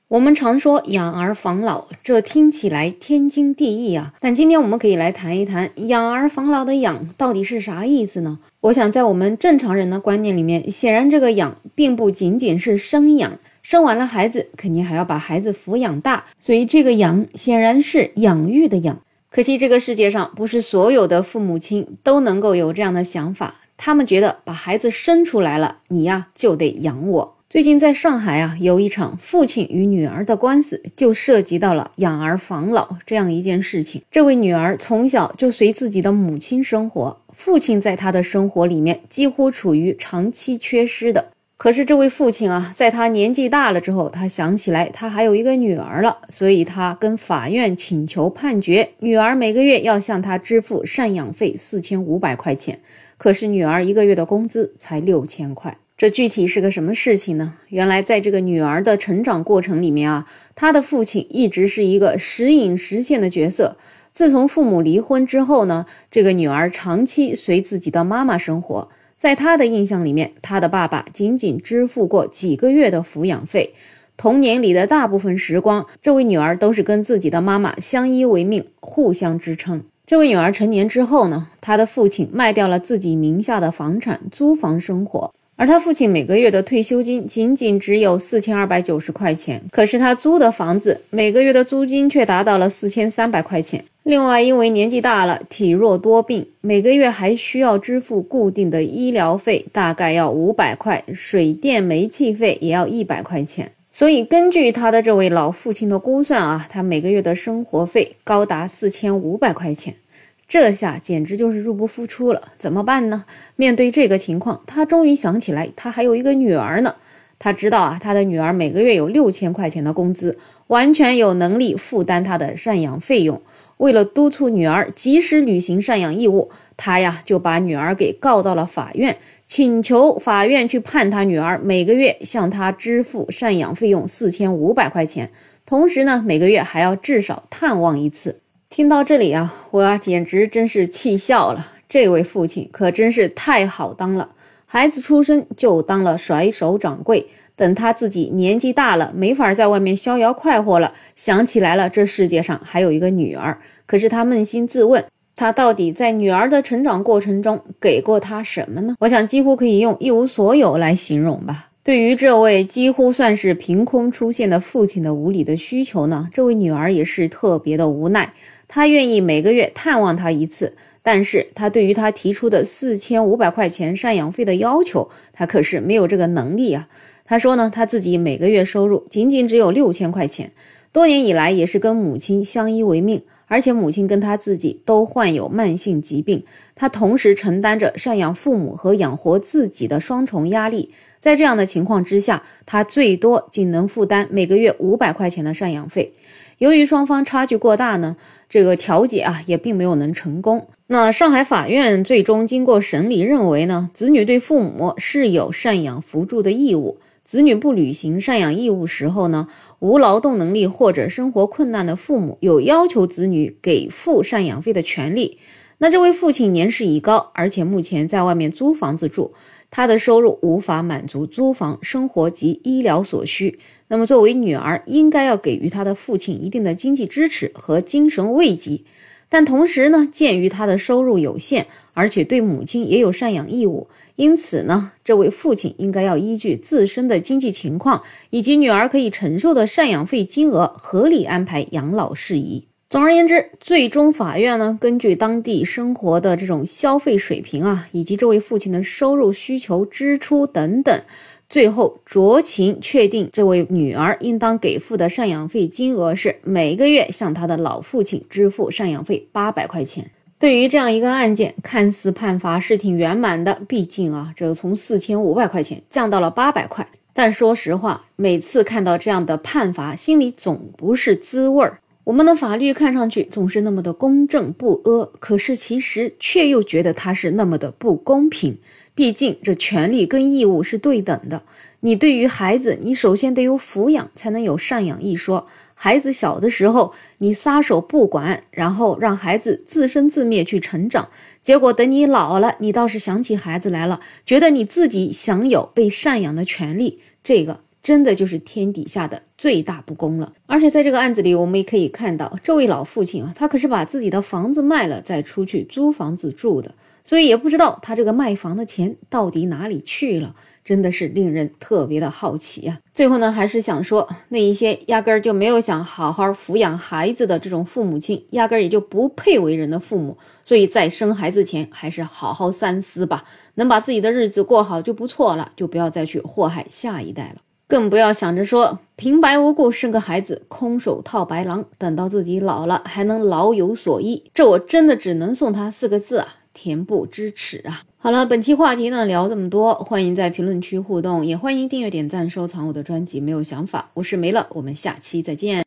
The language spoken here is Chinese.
我们常说养儿防老，这听起来天经地义啊。但今天我们可以来谈一谈养儿防老的养到底是啥意思呢？我想在我们正常人的观念里面，显然这个养并不仅仅是生养，生完了孩子肯定还要把孩子抚养大，所以这个养显然是养育的养。可惜这个世界上不是所有的父母亲都能够有这样的想法，他们觉得把孩子生出来了，你呀就得养我。最近在上海有一场父亲与女儿的官司，就涉及到了养儿防老这样一件事情。这位女儿从小就随自己的母亲生活，父亲在她的生活里面几乎处于长期缺失的。可是这位父亲在他年纪大了之后，他想起来他还有一个女儿了，所以他跟法院请求判决，女儿每个月要向他支付赡养费4500块钱，可是女儿一个月的工资才6000块。这具体是个什么事情呢？原来在这个女儿的成长过程里面她的父亲一直是一个时隐时现的角色。自从父母离婚之后呢，这个女儿长期随自己的妈妈生活，在她的印象里面，她的爸爸仅仅支付过几个月的抚养费，童年里的大部分时光，这位女儿都是跟自己的妈妈相依为命，互相支撑。这位女儿成年之后呢，她的父亲卖掉了自己名下的房产，租房生活。而他父亲每个月的退休金仅仅只有4290块钱，可是他租的房子每个月的租金却达到了4300块钱。另外因为年纪大了，体弱多病，每个月还需要支付固定的医疗费，大概要500块，水电煤气费也要100块钱。所以根据他的这位老父亲的估算他每个月的生活费高达4500块钱。这下简直就是入不敷出了，怎么办呢？面对这个情况，他终于想起来他还有一个女儿呢。他知道他的女儿每个月有6000块钱的工资，完全有能力负担他的赡养费用。为了督促女儿及时履行赡养义务，他就把女儿给告到了法院，请求法院去判他女儿每个月向他支付赡养费用4500块钱，同时呢，每个月还要至少探望一次。听到这里我简直真是气笑了，这位父亲可真是太好当了，孩子出生就当了甩手掌柜，等他自己年纪大了，没法在外面逍遥快活了，想起来了这世界上还有一个女儿，可是他扪心自问，他到底在女儿的成长过程中给过她什么呢？我想几乎可以用一无所有来形容吧。对于这位几乎算是凭空出现的父亲的无理的需求呢，这位女儿也是特别的无奈。她愿意每个月探望他一次，但是她对于他提出的4500块钱赡养费的要求，她可是没有这个能力她说呢，她自己每个月收入仅仅只有6000块钱，多年以来也是跟母亲相依为命，而且母亲跟她自己都患有慢性疾病，她同时承担着赡养父母和养活自己的双重压力。在这样的情况之下，她最多仅能负担每个月500块钱的赡养费。由于双方差距过大呢，这个调解也并没有能成功。那上海法院最终经过审理认为呢，子女对父母是有赡养扶助的义务，子女不履行赡养义务时候呢，无劳动能力或者生活困难的父母有要求子女给付赡养费的权利。那这位父亲年事已高，而且目前在外面租房子住，他的收入无法满足租房、生活及医疗所需。那么作为女儿，应该要给予他的父亲一定的经济支持和精神慰藉。但同时呢，鉴于他的收入有限，而且对母亲也有赡养义务，因此呢，这位父亲应该要依据自身的经济情况以及女儿可以承受的赡养费金额，合理安排养老事宜。总而言之，最终法院呢，根据当地生活的这种消费水平以及这位父亲的收入需求、支出等等，最后酌情确定这位女儿应当给付的赡养费金额是每个月向她的老父亲支付赡养费800块钱。对于这样一个案件，看似判罚是挺圆满的，毕竟这从4500块钱降到了800块。但说实话，每次看到这样的判罚，心里总不是滋味儿。我们的法律看上去总是那么的公正不阿，可是其实却又觉得它是那么的不公平。毕竟这权利跟义务是对等的，你对于孩子，你首先得有抚养，才能有赡养一说。孩子小的时候你撒手不管，然后让孩子自生自灭去成长，结果等你老了，你倒是想起孩子来了，觉得你自己享有被赡养的权利，这个真的就是天底下的最大不公了。而且在这个案子里，我们也可以看到，这位老父亲啊，他可是把自己的房子卖了，再出去租房子住的，所以也不知道他这个卖房的钱到底哪里去了，真的是令人特别的好奇啊。最后呢，还是想说，那一些压根儿就没有想好好抚养孩子的这种父母亲，压根儿也就不配为人的父母，所以在生孩子前还是好好三思吧，能把自己的日子过好就不错了，就不要再去祸害下一代了。更不要想着说平白无故生个孩子，空手套白狼，等到自己老了还能老有所依，这我真的只能送他4个字啊，恬不知耻啊。好了，本期话题呢聊这么多，欢迎在评论区互动，也欢迎订阅点赞收藏我的专辑没有想法，我是梅乐，我们下期再见。